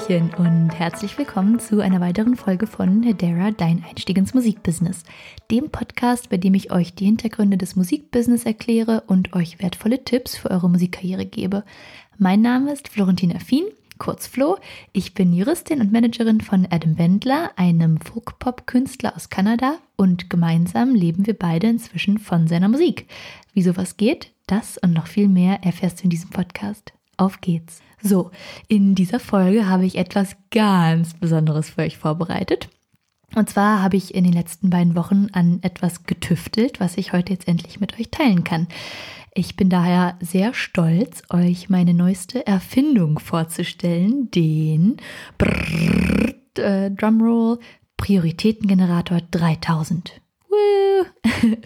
Hallöchen und herzlich willkommen zu einer weiteren Folge von Hedera, dein Einstieg ins Musikbusiness. Dem Podcast, bei dem ich euch die Hintergründe des Musikbusiness erkläre und euch wertvolle Tipps für eure Musikkarriere gebe. Mein Name ist Florentina Fien, kurz Flo. Ich bin Juristin und Managerin von Adam Wendler, einem Folk-Pop-Künstler aus Kanada, und gemeinsam leben wir beide inzwischen von seiner Musik. Wie sowas geht, das und noch viel mehr erfährst du in diesem Podcast. Auf geht's! So, in dieser Folge habe ich etwas ganz Besonderes für euch vorbereitet. Und zwar habe ich in den letzten beiden Wochen an etwas getüftelt, was ich heute jetzt endlich mit euch teilen kann. Ich bin daher sehr stolz, euch meine neueste Erfindung vorzustellen, den Drumroll Prioritätengenerator 3000. Woo!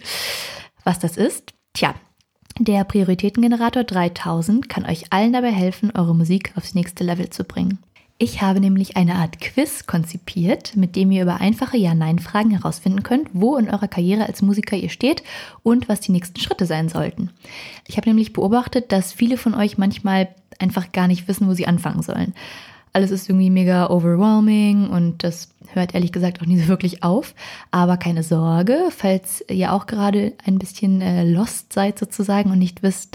Was das ist? Tja. Der Prioritätengenerator 3000 kann euch allen dabei helfen, eure Musik aufs nächste Level zu bringen. Ich habe nämlich eine Art Quiz konzipiert, mit dem ihr über einfache Ja-Nein-Fragen herausfinden könnt, wo in eurer Karriere als Musiker ihr steht und was die nächsten Schritte sein sollten. Ich habe nämlich beobachtet, dass viele von euch manchmal einfach gar nicht wissen, wo sie anfangen sollen. Alles ist irgendwie mega overwhelming und das hört ehrlich gesagt auch nie so wirklich auf. Aber keine Sorge, falls ihr auch gerade ein bisschen lost seid sozusagen und nicht wisst,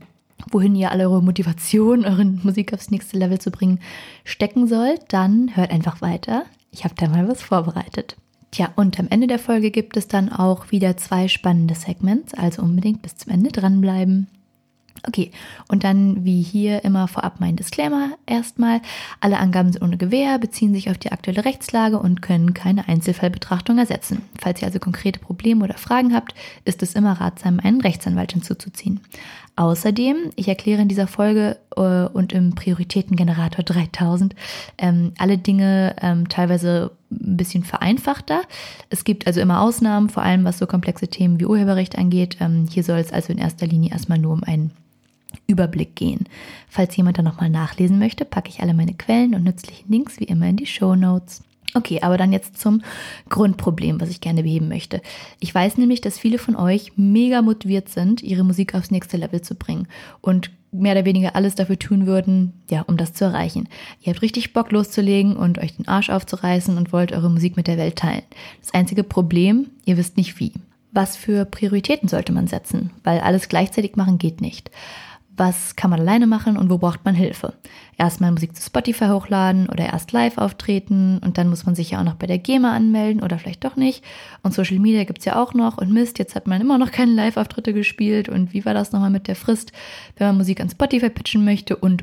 wohin ihr alle eure Motivation, eure Musik aufs nächste Level zu bringen, stecken sollt, dann hört einfach weiter. Ich habe da mal was vorbereitet. Tja, und am Ende der Folge gibt es dann auch wieder 2 spannende Segments, also unbedingt bis zum Ende dranbleiben. Okay, und dann wie hier immer vorab mein Disclaimer erstmal. Alle Angaben sind ohne Gewähr, beziehen sich auf die aktuelle Rechtslage und können keine Einzelfallbetrachtung ersetzen. Falls ihr also konkrete Probleme oder Fragen habt, ist es immer ratsam, einen Rechtsanwalt hinzuzuziehen. Außerdem, ich erkläre in dieser Folge und im Prioritätengenerator 3000 alle Dinge teilweise ein bisschen vereinfachter. Es gibt also immer Ausnahmen, vor allem was so komplexe Themen wie Urheberrecht angeht. Hier soll es also in erster Linie erstmal nur um einen Überblick gehen. Falls jemand da nochmal nachlesen möchte, packe ich alle meine Quellen und nützlichen Links wie immer in die Shownotes. Okay, aber dann jetzt zum Grundproblem, was ich gerne beheben möchte. Ich weiß nämlich, dass viele von euch mega motiviert sind, ihre Musik aufs nächste Level zu bringen und mehr oder weniger alles dafür tun würden, ja, um das zu erreichen. Ihr habt richtig Bock loszulegen und euch den Arsch aufzureißen und wollt eure Musik mit der Welt teilen. Das einzige Problem, ihr wisst nicht wie. Was für Prioritäten sollte man setzen? Weil alles gleichzeitig machen geht nicht. Was kann man alleine machen und wo braucht man Hilfe? Erstmal Musik zu Spotify hochladen oder erst live auftreten und dann muss man sich ja auch noch bei der GEMA anmelden oder vielleicht doch nicht. Und Social Media gibt's ja auch noch und Mist, jetzt hat man immer noch keine Live-Auftritte gespielt und wie war das nochmal mit der Frist, wenn man Musik an Spotify pitchen möchte und.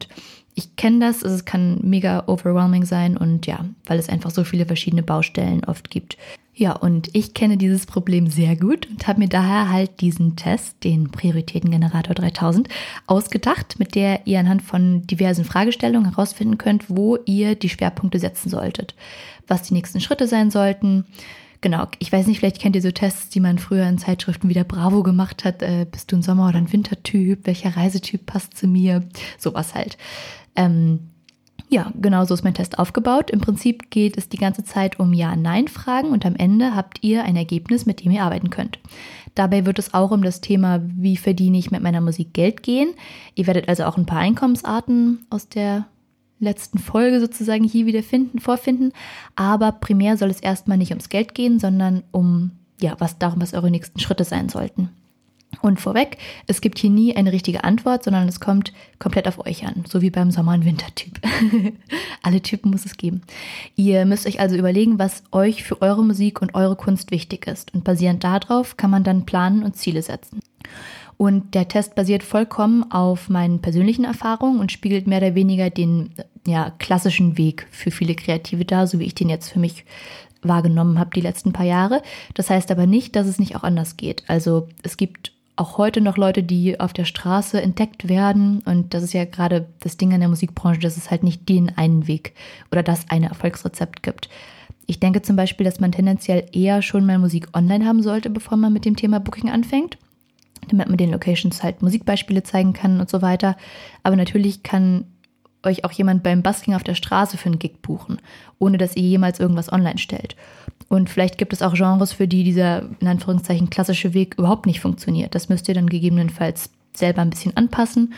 Ich kenne das, also es kann mega overwhelming sein und ja, weil es einfach so viele verschiedene Baustellen oft gibt. Ja, und ich kenne dieses Problem sehr gut und habe mir daher halt diesen Test, den Prioritätengenerator 3000, ausgedacht, mit der ihr anhand von diversen Fragestellungen herausfinden könnt, wo ihr die Schwerpunkte setzen solltet, was die nächsten Schritte sein sollten. Genau, ich weiß nicht, vielleicht kennt ihr so Tests, die man früher in Zeitschriften wie der Bravo gemacht hat. Bist du ein Sommer- oder ein Wintertyp? Welcher Reisetyp passt zu mir? Sowas halt. Ja, genau so ist mein Test aufgebaut. Im Prinzip geht es die ganze Zeit um Ja-Nein-Fragen und am Ende habt ihr ein Ergebnis, mit dem ihr arbeiten könnt. Dabei wird es auch um das Thema, wie verdiene ich mit meiner Musik Geld gehen. Ihr werdet also auch ein paar Einkommensarten aus der letzten Folge sozusagen hier wieder vorfinden. Aber primär soll es erstmal nicht ums Geld gehen, sondern was eure nächsten Schritte sein sollten. Und vorweg, es gibt hier nie eine richtige Antwort, sondern es kommt komplett auf euch an, so wie beim Sommer- und Wintertyp. Alle Typen muss es geben. Ihr müsst euch also überlegen, was euch für eure Musik und eure Kunst wichtig ist. Und basierend darauf kann man dann planen und Ziele setzen. Und der Test basiert vollkommen auf meinen persönlichen Erfahrungen und spiegelt mehr oder weniger den klassischen Weg für viele Kreative dar, so wie ich den jetzt für mich wahrgenommen habe die letzten paar Jahre. Das heißt aber nicht, dass es nicht auch anders geht. Also es gibt auch heute noch Leute, die auf der Straße entdeckt werden. Und das ist ja gerade das Ding an der Musikbranche, dass es halt nicht den einen Weg oder das eine Erfolgsrezept gibt. Ich denke zum Beispiel, dass man tendenziell eher schon mal Musik online haben sollte, bevor man mit dem Thema Booking anfängt, damit man den Locations halt Musikbeispiele zeigen kann und so weiter. Aber natürlich kann euch auch jemand beim Busking auf der Straße für einen Gig buchen, ohne dass ihr jemals irgendwas online stellt. Und vielleicht gibt es auch Genres, für die dieser, in Anführungszeichen, klassische Weg überhaupt nicht funktioniert. Das müsst ihr dann gegebenenfalls selber ein bisschen anpassen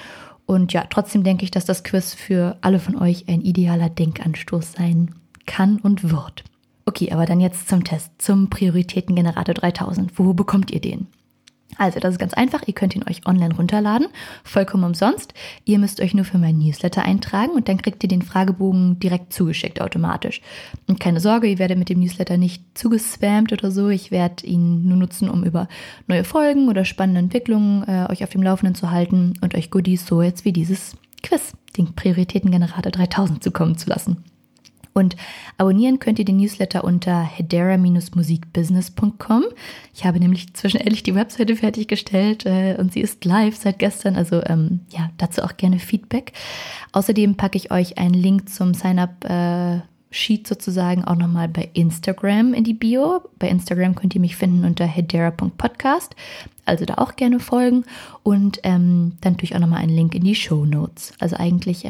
Und ja, trotzdem denke ich, dass das Quiz für alle von euch ein idealer Denkanstoß sein kann und wird. Okay, aber dann jetzt zum Test, zum Prioritätengenerator 3000. Wo bekommt ihr den? Also, das ist ganz einfach. Ihr könnt ihn euch online runterladen, vollkommen umsonst. Ihr müsst euch nur für mein Newsletter eintragen und dann kriegt ihr den Fragebogen direkt zugeschickt automatisch. Und keine Sorge, ihr werdet mit dem Newsletter nicht zugespammt oder so. Ich werde ihn nur nutzen, um über neue Folgen oder spannende Entwicklungen euch auf dem Laufenden zu halten und euch Goodies so jetzt wie dieses Quiz, den Prioritätengenerator 3000, zukommen zu lassen. Und abonnieren könnt ihr den Newsletter unter hedera-musikbusiness.com. Ich habe nämlich zwischenendlich die Webseite fertiggestellt und sie ist live seit gestern. Also dazu auch gerne Feedback. Außerdem packe ich euch einen Link zum Sign-up-Sheet sozusagen auch nochmal bei Instagram in die Bio. Bei Instagram könnt ihr mich finden unter hedera.podcast. Also da auch gerne folgen. Und dann natürlich auch nochmal einen Link in die Shownotes. Also eigentlich,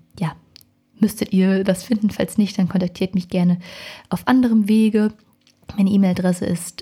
müsstet ihr das finden. Falls nicht, dann kontaktiert mich gerne auf anderem Wege. Meine E-Mail-Adresse ist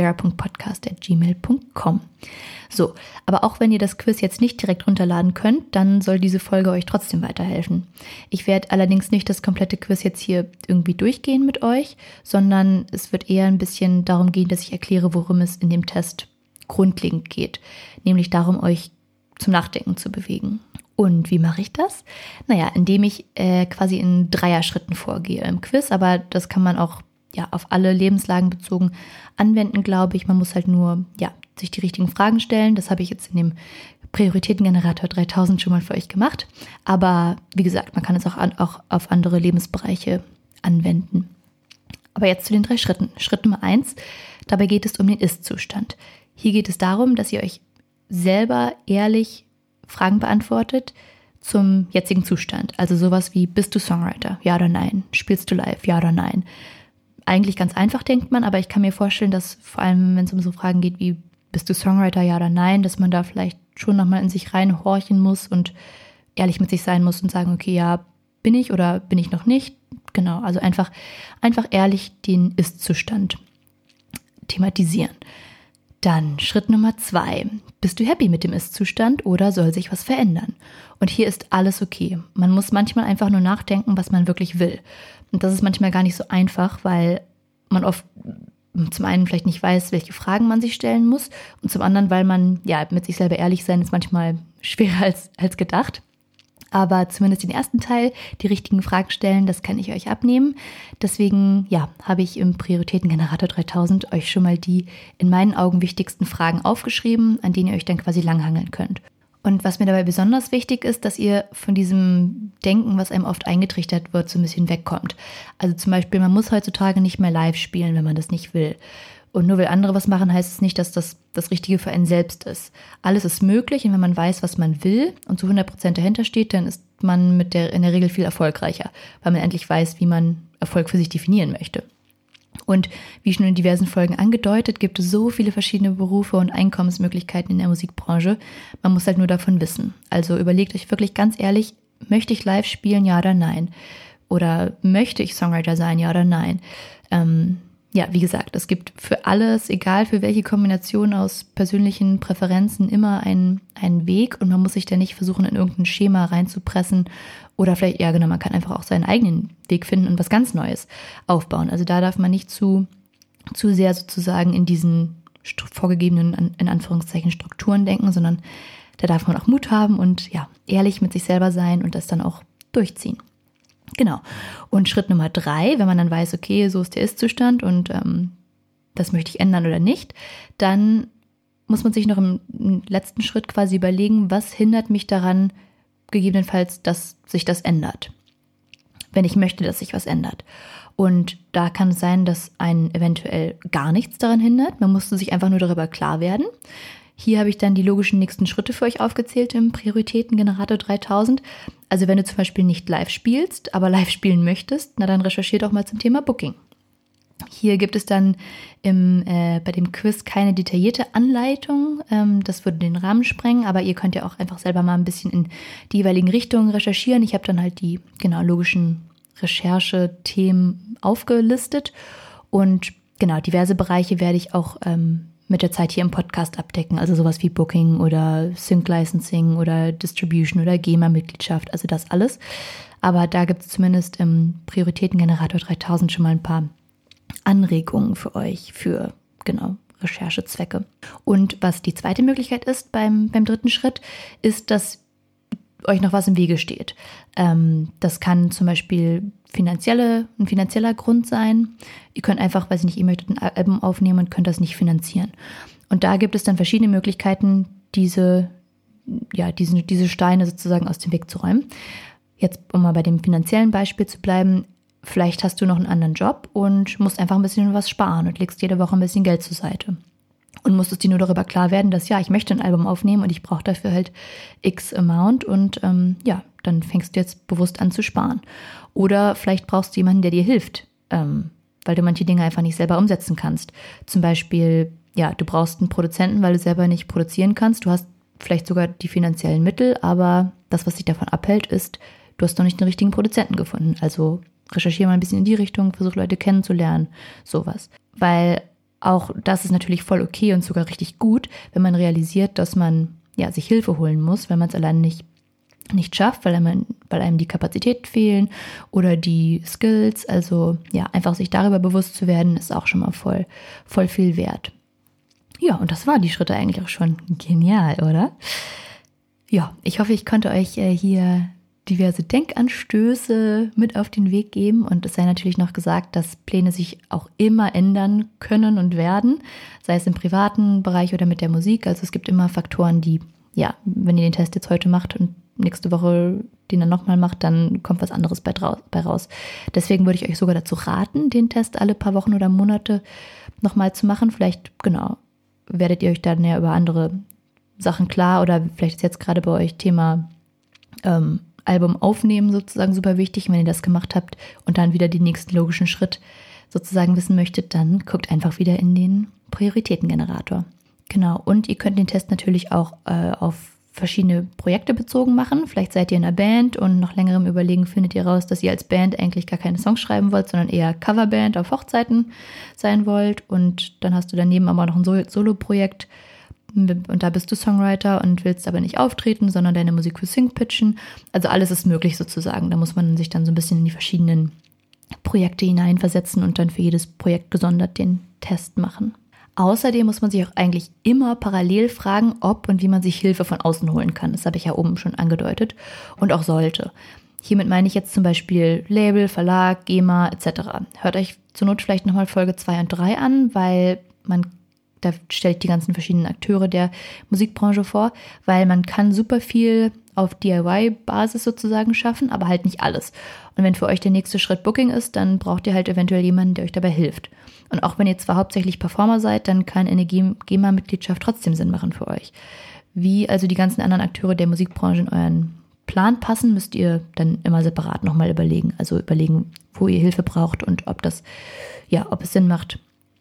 hedera.podcast@gmail.com. So, aber auch wenn ihr das Quiz jetzt nicht direkt runterladen könnt, dann soll diese Folge euch trotzdem weiterhelfen. Ich werde allerdings nicht das komplette Quiz jetzt hier irgendwie durchgehen mit euch, sondern es wird eher ein bisschen darum gehen, dass ich erkläre, worum es in dem Test grundlegend geht. Nämlich darum, euch zum Nachdenken zu bewegen. Und wie mache ich das? Naja, indem ich quasi in Dreierschritten vorgehe im Quiz, aber das kann man auch auf alle Lebenslagen bezogen anwenden, glaube ich. Man muss halt nur sich die richtigen Fragen stellen. Das habe ich jetzt in dem Prioritätengenerator 3000 schon mal für euch gemacht. Aber wie gesagt, man kann es auch auf andere Lebensbereiche anwenden. Aber jetzt zu den 3 Schritten. Schritt Nummer 1, dabei geht es um den Ist-Zustand. Hier geht es darum, dass ihr euch selber ehrlich Fragen beantwortet zum jetzigen Zustand. Also sowas wie, bist du Songwriter? Ja oder nein? Spielst du live? Ja oder nein? Eigentlich ganz einfach, denkt man, aber ich kann mir vorstellen, dass vor allem, wenn es um so Fragen geht wie, bist du Songwriter? Ja oder nein? Dass man da vielleicht schon nochmal in sich reinhorchen muss und ehrlich mit sich sein muss und sagen, okay, ja, bin ich oder bin ich noch nicht? Genau, also einfach ehrlich den Ist-Zustand thematisieren. Dann Schritt Nummer 2. Bist du happy mit dem Ist-Zustand oder soll sich was verändern? Und hier ist alles okay. Man muss manchmal einfach nur nachdenken, was man wirklich will. Und das ist manchmal gar nicht so einfach, weil man oft zum einen vielleicht nicht weiß, welche Fragen man sich stellen muss und zum anderen, weil man mit sich selber ehrlich sein ist manchmal schwerer als gedacht. Aber zumindest den ersten Teil, die richtigen Fragen stellen, das kann ich euch abnehmen. Deswegen, habe ich im Prioritätengenerator 3000 euch schon mal die in meinen Augen wichtigsten Fragen aufgeschrieben, an denen ihr euch dann quasi langhangeln könnt. Und was mir dabei besonders wichtig ist, dass ihr von diesem Denken, was einem oft eingetrichtert wird, so ein bisschen wegkommt. Also zum Beispiel, man muss heutzutage nicht mehr live spielen, wenn man das nicht will. Und nur weil andere was machen, heißt es nicht, dass das Richtige für einen selbst ist. Alles ist möglich und wenn man weiß, was man will und zu 100% dahinter steht, dann ist man in der Regel viel erfolgreicher, weil man endlich weiß, wie man Erfolg für sich definieren möchte. Und wie schon in diversen Folgen angedeutet, gibt es so viele verschiedene Berufe und Einkommensmöglichkeiten in der Musikbranche. Man muss halt nur davon wissen. Also überlegt euch wirklich ganz ehrlich, möchte ich live spielen, ja oder nein? Oder möchte ich Songwriter sein, ja oder nein? Wie gesagt, es gibt für alles, egal für welche Kombination aus persönlichen Präferenzen, immer einen Weg und man muss sich da nicht versuchen, in irgendein Schema reinzupressen oder vielleicht, man kann einfach auch seinen eigenen Weg finden und was ganz Neues aufbauen. Also da darf man nicht zu sehr sozusagen in diesen vorgegebenen, in Anführungszeichen, Strukturen denken, sondern da darf man auch Mut haben und ehrlich mit sich selber sein und das dann auch durchziehen. Genau. Und Schritt Nummer 3, wenn man dann weiß, okay, so ist der Ist-Zustand und das möchte ich ändern oder nicht, dann muss man sich noch im letzten Schritt quasi überlegen, was hindert mich daran, gegebenenfalls, dass sich das ändert, wenn ich möchte, dass sich was ändert. Und da kann es sein, dass einen eventuell gar nichts daran hindert. Man musste sich einfach nur darüber klar werden. Hier habe ich dann die logischen nächsten Schritte für euch aufgezählt im Prioritätengenerator 3000. Also wenn du zum Beispiel nicht live spielst, aber live spielen möchtest, dann recherchier doch mal zum Thema Booking. Hier gibt es dann bei dem Quiz keine detaillierte Anleitung. Das würde den Rahmen sprengen, aber ihr könnt ja auch einfach selber mal ein bisschen in die jeweiligen Richtungen recherchieren. Ich habe dann halt die logischen Recherchethemen aufgelistet und diverse Bereiche werde ich auch mit der Zeit hier im Podcast abdecken. Also sowas wie Booking oder Sync-Licensing oder Distribution oder GEMA-Mitgliedschaft, also das alles. Aber da gibt es zumindest im Prioritätengenerator 3000 schon mal ein paar Anregungen für euch, für genau Recherchezwecke. Und was die zweite Möglichkeit ist beim dritten Schritt, ist, dass euch noch was im Wege steht. Das kann zum Beispiel ein finanzieller Grund sein. Ihr könnt einfach, weiß ich nicht, ihr möchtet ein Album aufnehmen und könnt das nicht finanzieren. Und da gibt es dann verschiedene Möglichkeiten, diese Steine sozusagen aus dem Weg zu räumen. Jetzt, um mal bei dem finanziellen Beispiel zu bleiben, vielleicht hast du noch einen anderen Job und musst einfach ein bisschen was sparen und legst jede Woche ein bisschen Geld zur Seite. Und musstest dir nur darüber klar werden, dass ich möchte ein Album aufnehmen und ich brauche dafür halt X Amount und dann fängst du jetzt bewusst an zu sparen. Oder vielleicht brauchst du jemanden, der dir hilft, weil du manche Dinge einfach nicht selber umsetzen kannst. Zum Beispiel, du brauchst einen Produzenten, weil du selber nicht produzieren kannst. Du hast vielleicht sogar die finanziellen Mittel, aber das, was dich davon abhält, ist, du hast noch nicht den richtigen Produzenten gefunden. Also recherchiere mal ein bisschen in die Richtung, versuch Leute kennenzulernen, sowas. Weil auch das ist natürlich voll okay und sogar richtig gut, wenn man realisiert, dass man sich Hilfe holen muss, weil man es allein nicht schafft, weil einem die Kapazitäten fehlen oder die Skills. Also einfach sich darüber bewusst zu werden, ist auch schon mal voll viel wert. Ja, und das waren die Schritte eigentlich auch schon. Genial, oder? Ja, ich hoffe, ich konnte euch hier diverse Denkanstöße mit auf den Weg geben und es sei natürlich noch gesagt, dass Pläne sich auch immer ändern können und werden, sei es im privaten Bereich oder mit der Musik. Also es gibt immer Faktoren, die, wenn ihr den Test jetzt heute macht und nächste Woche den dann nochmal macht, dann kommt was anderes bei raus. Deswegen würde ich euch sogar dazu raten, den Test alle paar Wochen oder Monate nochmal zu machen. Vielleicht, werdet ihr euch dann über andere Sachen klar oder vielleicht ist jetzt gerade bei euch Thema Album aufnehmen sozusagen super wichtig. Wenn ihr das gemacht habt und dann wieder den nächsten logischen Schritt sozusagen wissen möchtet, dann guckt einfach wieder in den Prioritätengenerator. Genau, und ihr könnt den Test natürlich auch auf verschiedene Projekte bezogen machen. Vielleicht seid ihr in einer Band und nach längerem Überlegen findet ihr raus, dass ihr als Band eigentlich gar keine Songs schreiben wollt, sondern eher Coverband auf Hochzeiten sein wollt. Und dann hast du daneben aber noch ein Solo-Projekt, und da bist du Songwriter und willst aber nicht auftreten, sondern deine Musik für Sync pitchen. Also alles ist möglich sozusagen. Da muss man sich dann so ein bisschen in die verschiedenen Projekte hineinversetzen und dann für jedes Projekt gesondert den Test machen. Außerdem muss man sich auch eigentlich immer parallel fragen, ob und wie man sich Hilfe von außen holen kann. Das habe ich ja oben schon angedeutet und auch sollte. Hiermit meine ich jetzt zum Beispiel Label, Verlag, GEMA etc. Hört euch zur Not vielleicht nochmal Folge 2 und 3 an, weil da stelle ich die ganzen verschiedenen Akteure der Musikbranche vor, weil man kann super viel auf DIY-Basis sozusagen schaffen, aber halt nicht alles. Und wenn für euch der nächste Schritt Booking ist, dann braucht ihr halt eventuell jemanden, der euch dabei hilft. Und auch wenn ihr zwar hauptsächlich Performer seid, dann kann eine GEMA-Mitgliedschaft trotzdem Sinn machen für euch. Wie also die ganzen anderen Akteure der Musikbranche in euren Plan passen, müsst ihr dann immer separat nochmal überlegen. Also überlegen, wo ihr Hilfe braucht und ob es Sinn macht,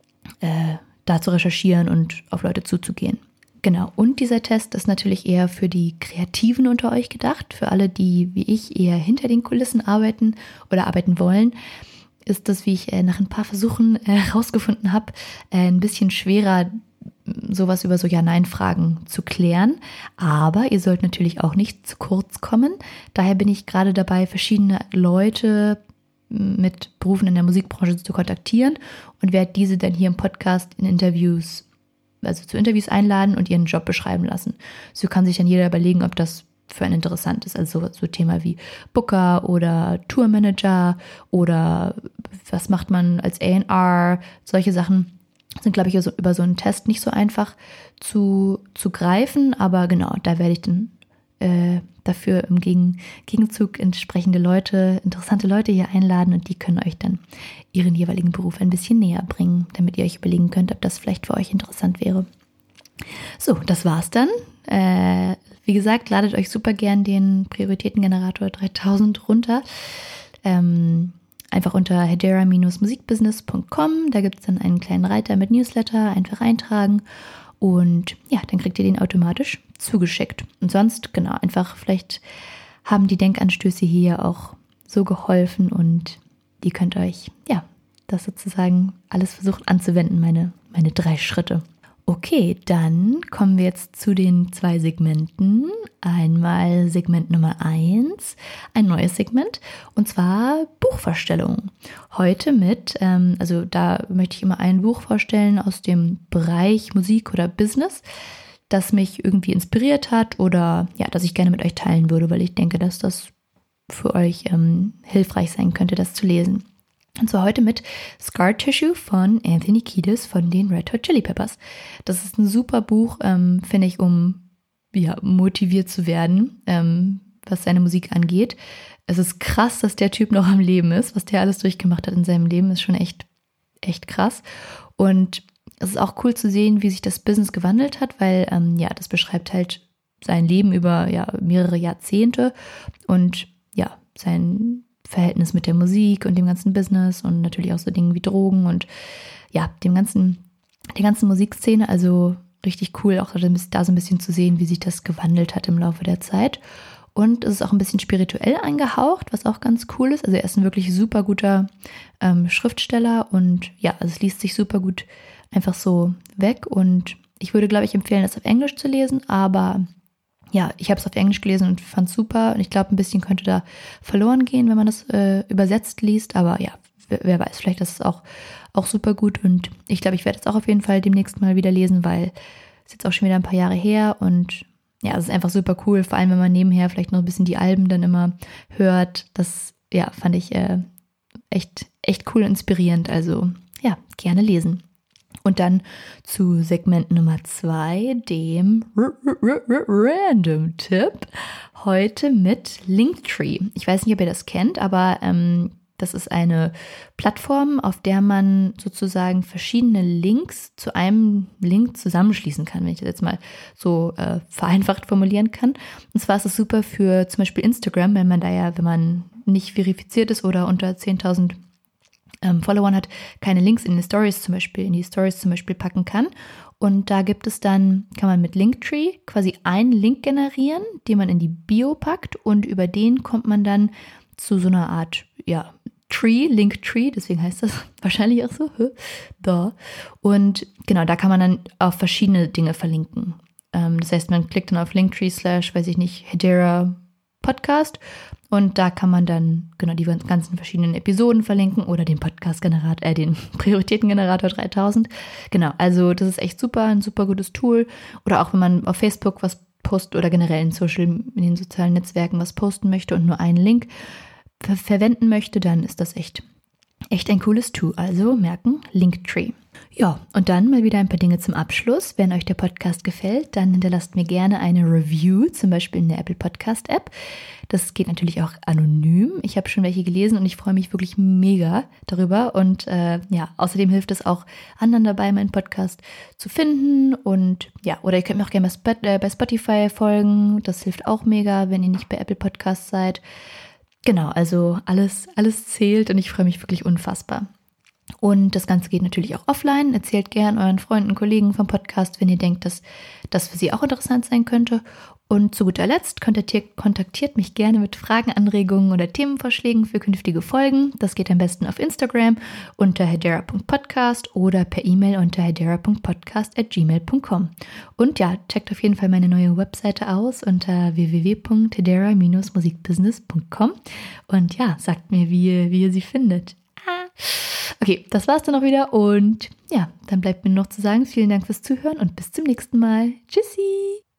da zu recherchieren und auf Leute zuzugehen. Genau, und dieser Test ist natürlich eher für die Kreativen unter euch gedacht. Für alle, die wie ich eher hinter den Kulissen arbeiten oder arbeiten wollen, ist das, wie ich nach ein paar Versuchen herausgefunden habe, ein bisschen schwerer, sowas über so Ja-Nein-Fragen zu klären. Aber ihr sollt natürlich auch nicht zu kurz kommen. Daher bin ich gerade dabei, verschiedene Leute mit Berufen in der Musikbranche zu kontaktieren und werde diese dann hier im Podcast zu Interviews einladen und ihren Job beschreiben lassen. So kann sich dann jeder überlegen, ob das für einen interessant ist. Also so Thema wie Booker oder Tourmanager oder was macht man als A&R. Solche Sachen sind, glaube ich, über so einen Test nicht so einfach zu greifen. Aber genau, da werde ich dann dafür im Gegenzug entsprechende interessante Leute hier einladen und die können euch dann ihren jeweiligen Beruf ein bisschen näher bringen, damit ihr euch überlegen könnt, ob das vielleicht für euch interessant wäre. So, das war's dann. Wie gesagt, ladet euch super gern den Prioritätengenerator 3000 runter. Einfach unter hedera-musikbusiness.com. Da gibt es dann einen kleinen Reiter mit Newsletter, einfach eintragen. Und dann kriegt ihr den automatisch zugeschickt. Und sonst, genau, einfach vielleicht haben die Denkanstöße hier auch so geholfen und ihr könnt euch, das sozusagen alles versuchen anzuwenden, meine 3 Schritte. Okay, dann kommen wir jetzt zu den 2 Segmenten. Einmal Segment Nummer 1, ein neues Segment, und zwar Buchvorstellungen. Heute also da möchte ich immer ein Buch vorstellen aus dem Bereich Musik oder Business, das mich irgendwie inspiriert hat oder ja, das ich gerne mit euch teilen würde, weil ich denke, dass das für euch hilfreich sein könnte, das zu lesen. Und zwar heute mit Scar Tissue von Anthony Kiedis von den Red Hot Chili Peppers. Das ist ein super Buch, finde ich, um motiviert zu werden, was seine Musik angeht. Es ist krass, dass der Typ noch am Leben ist. Was der alles durchgemacht hat in seinem Leben, ist schon echt, echt krass. Und es ist auch cool zu sehen, wie sich das Business gewandelt hat, weil das beschreibt halt sein Leben über mehrere Jahrzehnte und sein Verhältnis mit der Musik und dem ganzen Business und natürlich auch so Dingen wie Drogen und der ganzen Musikszene. Also richtig cool, auch da so ein bisschen zu sehen, wie sich das gewandelt hat im Laufe der Zeit. Und es ist auch ein bisschen spirituell eingehaucht, was auch ganz cool ist. Also er ist ein wirklich super guter Schriftsteller und also es liest sich super gut einfach so weg. Und ich würde, glaube ich, empfehlen, das auf Englisch zu lesen, aber ich habe es auf Englisch gelesen und fand es super. Und ich glaube, ein bisschen könnte da verloren gehen, wenn man das übersetzt liest. Aber wer weiß, vielleicht ist es auch super gut. Und ich glaube, ich werde es auch auf jeden Fall demnächst mal wieder lesen, weil es jetzt auch schon wieder ein paar Jahre her. Und es ist einfach super cool. Vor allem, wenn man nebenher vielleicht noch ein bisschen die Alben dann immer hört. Das, fand ich echt cool und inspirierend. Also, gerne lesen. Und dann zu Segment Nummer 2, dem Random-Tipp. Heute mit Linktree. Ich weiß nicht, ob ihr das kennt, aber das ist eine Plattform, auf der man sozusagen verschiedene Links zu einem Link zusammenschließen kann, wenn ich das jetzt mal so vereinfacht formulieren kann. Und zwar ist es super für zum Beispiel Instagram, wenn man nicht verifiziert ist oder unter 10.000 Followern hat, keine Links in die Stories zum Beispiel packen kann. Und da kann man mit Linktree quasi einen Link generieren, den man in die Bio packt und über den kommt man dann zu so einer Art, Linktree, deswegen heißt das wahrscheinlich auch so, da. Und genau, da kann man dann auf verschiedene Dinge verlinken. Das heißt, man klickt dann auf Linktree / Hedera Podcast und da kann man dann genau die ganzen verschiedenen Episoden verlinken oder den den Prioritätengenerator 3000. Genau, also das ist echt super, ein super gutes Tool. Oder auch wenn man auf Facebook was postet oder generell in den sozialen Netzwerken was posten möchte und nur einen Link verwenden möchte, dann ist das echt ein cooles Tool. Also merken, Linktree. Ja, und dann mal wieder ein paar Dinge zum Abschluss. Wenn euch der Podcast gefällt, dann hinterlasst mir gerne eine Review, zum Beispiel in der Apple Podcast App. Das geht natürlich auch anonym. Ich habe schon welche gelesen und ich freue mich wirklich mega darüber. Und außerdem hilft es auch anderen dabei, meinen Podcast zu finden. Und oder ihr könnt mir auch gerne bei Spotify folgen. Das hilft auch mega, wenn ihr nicht bei Apple Podcasts seid. Genau, also alles zählt und ich freue mich wirklich unfassbar. Und das Ganze geht natürlich auch offline. Erzählt gern euren Freunden, Kollegen vom Podcast, wenn ihr denkt, dass das für sie auch interessant sein könnte. Und zu guter Letzt kontaktiert mich gerne mit Fragen, Anregungen oder Themenvorschlägen für künftige Folgen. Das geht am besten auf Instagram unter hedera.podcast oder per E-Mail unter hedera.podcast@gmail.com. Und checkt auf jeden Fall meine neue Webseite aus unter www.hedera-musikbusiness.com und sagt mir, wie ihr sie findet. Okay, das war's dann auch wieder und dann bleibt mir noch zu sagen, vielen Dank fürs Zuhören und bis zum nächsten Mal. Tschüssi!